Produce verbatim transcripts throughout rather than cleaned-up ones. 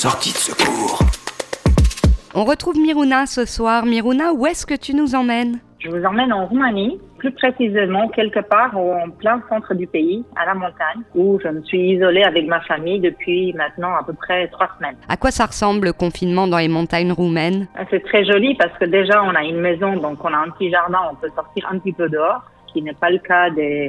Sortie de secours. On retrouve Miruna ce soir. Miruna, où est-ce que tu nous emmènes ? Je vous emmène en Roumanie, plus précisément quelque part en plein centre du pays, à la montagne, où je me suis isolée avec ma famille depuis maintenant à peu près trois semaines. À quoi ça ressemble le confinement dans les montagnes roumaines ? C'est très joli parce que déjà on a une maison, donc on a un petit jardin, on peut sortir un petit peu dehors, ce qui n'est pas le cas des,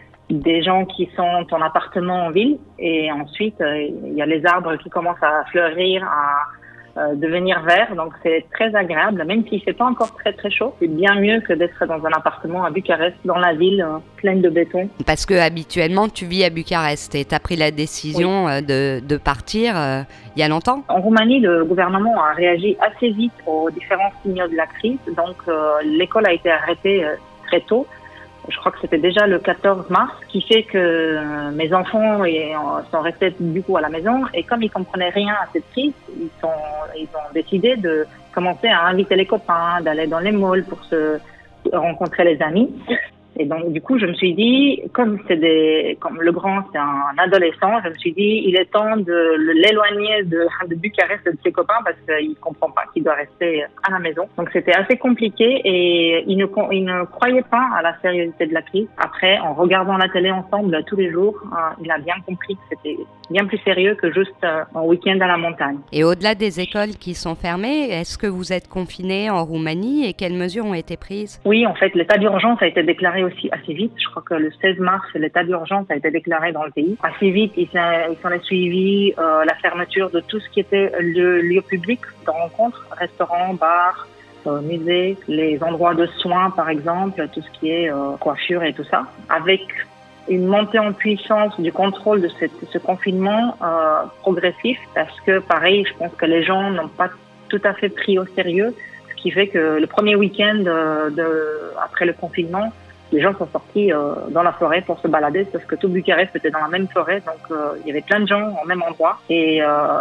des gens qui sont en appartement en ville. Et ensuite, euh, il y a les arbres qui commencent à fleurir, à Euh, devenir vert, donc c'est très agréable, même s'il fait pas encore très très chaud. C'est bien mieux que d'être dans un appartement à Bucarest, dans la ville, euh, pleine de béton. Parce que habituellement tu vis à Bucarest et tu as pris la décision oui. de, de partir euh, il y a longtemps. En Roumanie, le gouvernement a réagi assez vite aux différents signaux de la crise, donc euh, l'école a été arrêtée euh, très tôt. Je crois que c'était déjà le quatorze mars, ce qui fait que euh, mes enfants et, euh, sont restés du coup à la maison. Et comme ils comprenaient rien à cette crise, ils, sont, ils ont décidé de commencer à inviter les copains, d'aller dans les malls pour se rencontrer les amis. Et donc, du coup, je me suis dit, comme c'est des, comme le grand, c'est un adolescent, je me suis dit, il est temps de l'éloigner de, de Bucarest et de ses copains parce qu'il comprend pas qu'il doit rester à la maison. Donc, c'était assez compliqué et il ne, il ne croyait pas à la sérieuxité de la crise. Après, en regardant la télé ensemble tous les jours, euh, il a bien compris que c'était bien plus sérieux que juste euh, un week-end à la montagne. Et au-delà des écoles qui sont fermées, est-ce que vous êtes confinés en Roumanie et quelles mesures ont été prises ? Oui, en fait, l'état d'urgence a été déclaré aussi assez vite. Je crois que le seize mars, l'état d'urgence a été déclaré dans le pays. Assez vite, il s'en est suivi euh, la fermeture de tout ce qui était le lieu public de rencontre, restaurants, bars, euh, musées, les endroits de soins par exemple, tout ce qui est euh, coiffure et tout ça. Avec une montée en puissance du contrôle de cette, ce confinement euh, progressif, parce que pareil, je pense que les gens n'ont pas tout à fait pris au sérieux, ce qui fait que le premier week-end de, de, après le confinement, les gens sont sortis euh, dans la forêt pour se balader, parce que tout Bucarest était dans la même forêt, donc euh, il y avait plein de gens au même endroit. Et euh,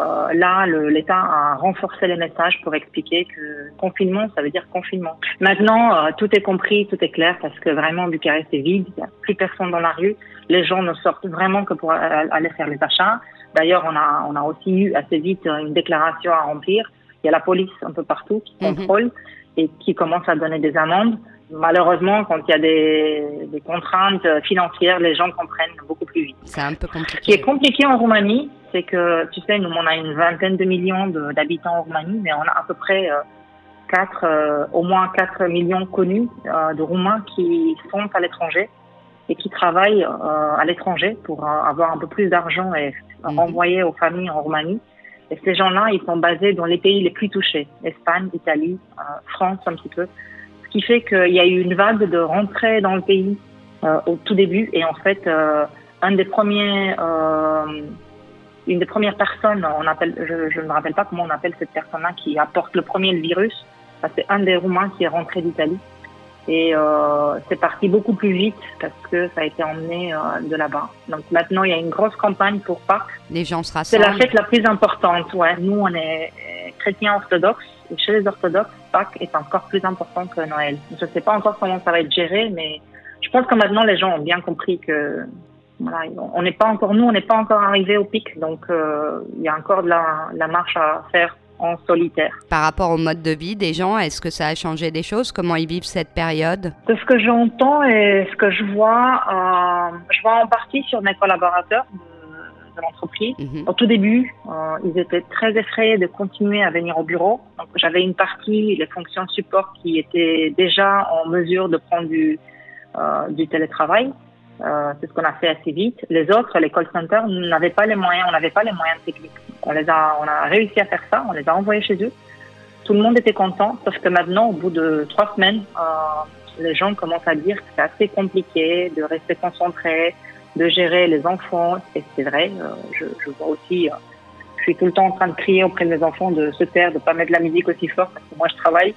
là, le, l'État a renforcé les messages pour expliquer que confinement, ça veut dire confinement. Maintenant, euh, tout est compris, tout est clair, parce que vraiment Bucarest est vide, il n'y a plus personne dans la rue. Les gens ne sortent vraiment que pour aller faire les achats. D'ailleurs, on a, on a aussi eu assez vite une déclaration à remplir. Il y a la police un peu partout qui contrôle mm-hmm. et qui commence à donner des amendes. Malheureusement, quand il y a des, des contraintes financières, les gens comprennent beaucoup plus vite. C'est un peu compliqué. Ce qui est compliqué en Roumanie, c'est que, tu sais, nous, on a une vingtaine de millions de, d'habitants en Roumanie, mais on a à peu près euh, quatre, euh, au moins quatre millions connus euh, de Roumains qui sont à l'étranger et qui travaillent euh, à l'étranger pour euh, avoir un peu plus d'argent et mmh. renvoyer aux familles en Roumanie. Et ces gens-là, ils sont basés dans les pays les plus touchés, Espagne, Italie, euh, France un petit peu. Ce qui fait qu'il y a eu une vague de rentrée dans le pays euh, au tout début. Et en fait, euh, un des premiers, euh, une des premières personnes, on appelle, je, je ne me rappelle pas comment on appelle cette personne-là qui apporte le premier le virus. C'est un des Roumains qui est rentré d'Italie. Et euh, c'est parti beaucoup plus vite parce que ça a été emmené euh, de là-bas. Donc maintenant, il y a une grosse campagne pour Pâques. Les gens se rassemblent. C'est la fête la plus importante. Ouais. Nous, on est chrétiens orthodoxes. Et chez les orthodoxes, Pâques est encore plus important que Noël. Je ne sais pas encore comment ça va être géré, mais je pense que maintenant, les gens ont bien compris que voilà, on n'est pas encore, nous, on n'est pas encore arrivé au pic. Donc, euh, il y a encore de la, la marche à faire en solitaire. Par rapport au mode de vie des gens, est-ce que ça a changé des choses ? Comment ils vivent cette période ? De ce que j'entends et ce que je vois, euh, je vois en partie sur mes collaborateurs de, de l'entreprise. Mm-hmm. Au tout début, euh, ils étaient très effrayés de continuer à venir au bureau. Donc, j'avais une partie, les fonctions support, qui étaient déjà en mesure de prendre du, euh, du télétravail. Euh, c'est ce qu'on a fait assez vite. Les autres, les call centers, n'avaient pas les moyens, on n'avait pas les moyens techniques. On les a, on a réussi à faire ça, on les a envoyés chez eux. Tout le monde était content, sauf que maintenant, au bout de trois semaines, euh, les gens commencent à dire que c'est assez compliqué de rester concentré, de gérer les enfants. Et c'est vrai, euh, je, je vois aussi, euh, je suis tout le temps en train de crier auprès de mes enfants de se taire, de pas mettre la musique aussi fort parce que moi je travaille.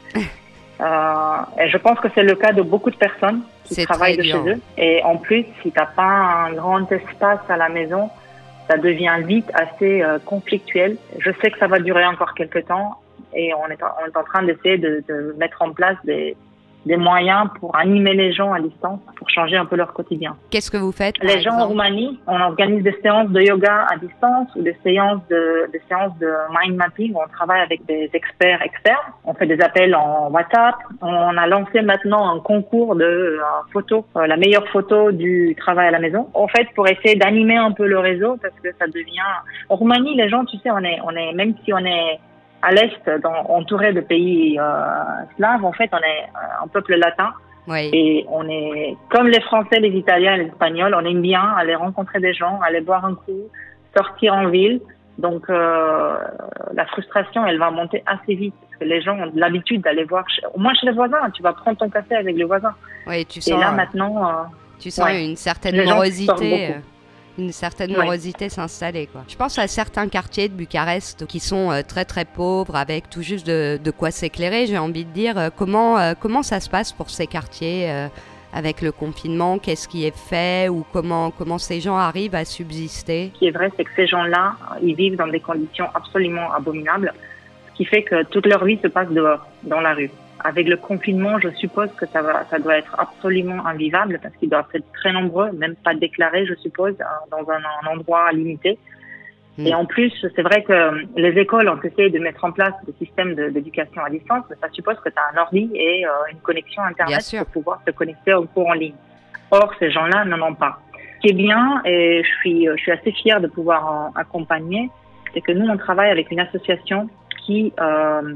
Euh, et je pense que c'est le cas de beaucoup de personnes qui c'est travaillent de dur. chez eux. Et en plus, si t'as pas un grand espace à la maison, ça devient vite assez euh, conflictuel. Je sais que ça va durer encore quelques temps et on est en, on est en train d'essayer de, de mettre en place des, des moyens pour animer les gens à distance, pour changer un peu leur quotidien. Qu'est-ce que vous faites, par Les exemple? gens en Roumanie, on organise des séances de yoga à distance ou des séances de, des séances de mind mapping où on travaille avec des experts externes. On fait des appels en WhatsApp. On a lancé maintenant un concours de euh, photos, euh, la meilleure photo du travail à la maison. En fait, pour essayer d'animer un peu le réseau parce que ça devient... En Roumanie, les gens, tu sais, on est, on est, même si on est à l'est, dans, entouré de pays euh, slaves, en fait, on est un peuple latin. Oui. Et on est, comme les Français, les Italiens, les Espagnols, on aime bien aller rencontrer des gens, aller boire un coup, sortir en ville. Donc, euh, la frustration, elle va monter assez vite. Parce que les gens ont l'habitude d'aller voir, chez, au moins chez les voisins. Tu vas prendre ton café avec les voisins. Oui, tu sens, et là, maintenant... Euh, tu sens ouais, une certaine morosité. une certaine morosité ouais. s'installer, quoi. Je pense à certains quartiers de Bucarest qui sont euh, très très pauvres, avec tout juste de, de quoi s'éclairer, j'ai envie de dire. Euh, comment, euh, comment ça se passe pour ces quartiers euh, avec le confinement? Qu'est-ce qui est fait ou comment, comment ces gens arrivent à subsister? Ce qui est vrai, c'est que ces gens-là, ils vivent dans des conditions absolument abominables, ce qui fait que toute leur vie se passe dehors, dans la rue. Avec le confinement, je suppose que ça va, ça doit être absolument invivable parce qu'ils doivent être très nombreux, même pas déclarés, je suppose, dans un, un endroit limité. Mmh. Et en plus, c'est vrai que les écoles ont essayé de mettre en place des systèmes de, d'éducation à distance, mais ça suppose que tu as un ordi et euh, une connexion Internet pour pouvoir te connecter au cours en ligne. Or, ces gens-là n'en ont pas. Ce qui est bien, et je suis, je suis assez fière de pouvoir en accompagner, c'est que nous, on travaille avec une association qui... Euh,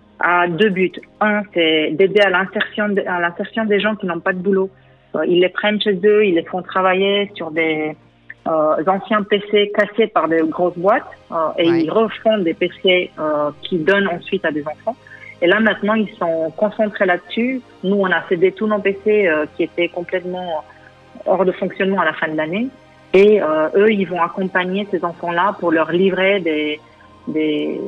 a deux buts. Un, c'est d'aider à l'insertion, à l'insertion des gens qui n'ont pas de boulot. Ils les prennent chez eux, ils les font travailler sur des euh, anciens P C cassés par des grosses boîtes euh, et ouais. ils refont des P C euh, qui donnent ensuite à des enfants. Et là, maintenant, ils sont concentrés là-dessus. Nous, on a cédé tous nos P C euh, qui étaient complètement hors de fonctionnement à la fin de l'année. Et euh, eux, ils vont accompagner ces enfants-là pour leur livrer des... des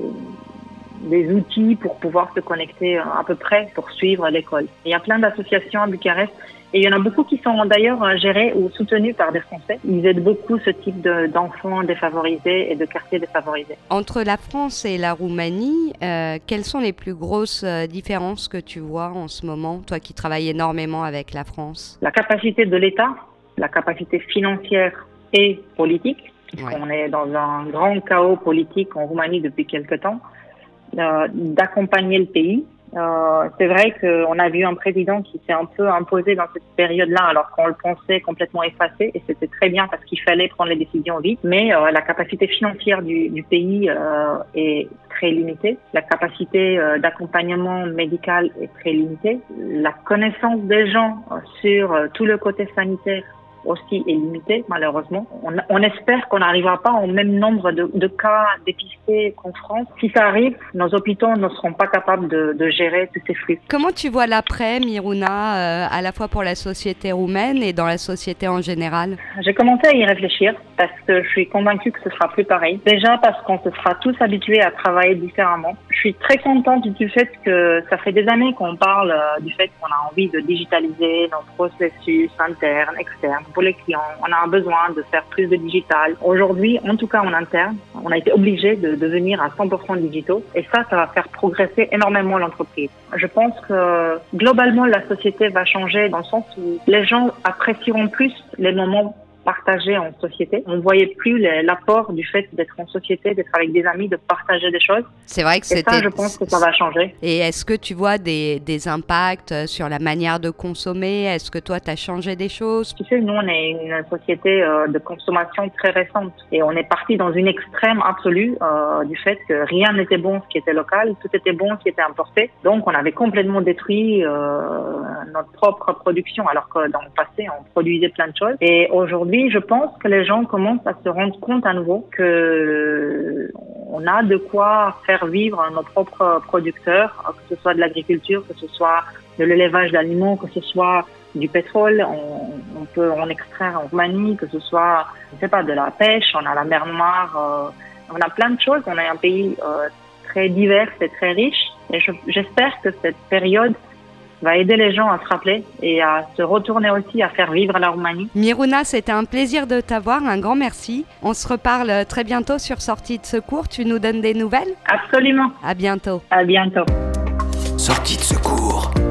des outils pour pouvoir se connecter à peu près pour suivre l'école. Il y a plein d'associations à Bucarest et il y en a beaucoup qui sont d'ailleurs gérées ou soutenues par des Français. Ils aident beaucoup ce type de, d'enfants défavorisés et de quartiers défavorisés. Entre la France et la Roumanie, euh, quelles sont les plus grosses différences que tu vois en ce moment, toi qui travailles énormément avec la France? La capacité de l'État, la capacité financière et politique, puisqu'on ouais. est dans un grand chaos politique en Roumanie depuis quelque temps. Euh, d'accompagner le pays. Euh, c'est vrai qu'on a vu un président qui s'est un peu imposé dans cette période-là alors qu'on le pensait complètement effacé et c'était très bien parce qu'il fallait prendre les décisions vite. Mais euh, la capacité financière du, du pays euh, est très limitée. La capacité euh, d'accompagnement médical est très limitée. La connaissance des gens euh, sur euh, tout le côté sanitaire aussi est limité, malheureusement. On, on espère qu'on n'arrivera pas au même nombre de, de cas dépistés qu'en France. Si ça arrive, nos hôpitaux ne seront pas capables de, de gérer tous ces flux. Comment tu vois l'après, Miruna, euh, à la fois pour la société roumaine et dans la société en général? J'ai commencé à y réfléchir parce que je suis convaincue que ce sera plus pareil. Déjà parce qu'on se sera tous habitués à travailler différemment. Je suis très contente du fait que ça fait des années qu'on parle euh, du fait qu'on a envie de digitaliser nos processus internes, externes. Pour les clients, on a besoin de faire plus de digital. Aujourd'hui, en tout cas en interne, on a été obligé de devenir à cent pour cent digitaux et ça, ça va faire progresser énormément l'entreprise. Je pense que globalement, la société va changer dans le sens où les gens apprécieront plus les moments partagés en société. On ne voyait plus les, l'apport du fait d'être en société, d'être avec des amis, de partager des choses. C'est vrai que et c'était... ça, je pense que ça va changer. Et est-ce que tu vois des, des impacts sur la manière de consommer? Est-ce que toi, tu as changé des choses? Tu sais, nous, on est une société euh, de consommation très récente et on est parti dans une extrême absolue euh, du fait que rien n'était bon ce qui était local, tout était bon ce qui était importé. Donc, on avait complètement détruit euh, notre propre production alors que dans le passé, on produisait plein de choses. Et aujourd'hui, je pense que les gens commencent à se rendre compte à nouveau que on a de quoi faire vivre nos propres producteurs, que ce soit de l'agriculture, que ce soit de l'élevage d'animaux, que ce soit du pétrole, on, on peut en extraire en Roumanie, que ce soit, je sais pas, de la pêche, on a la mer Noire, euh, on a plein de choses, on est un pays euh, très divers et très riche. Et je, j'espère que cette période va aider les gens à se rappeler et à se retourner aussi, à faire vivre la Roumanie. Miruna, c'était un plaisir de t'avoir, un grand merci. On se reparle très bientôt sur Sortie de secours. Tu nous donnes des nouvelles? Absolument. À bientôt. À bientôt. Sortie de secours.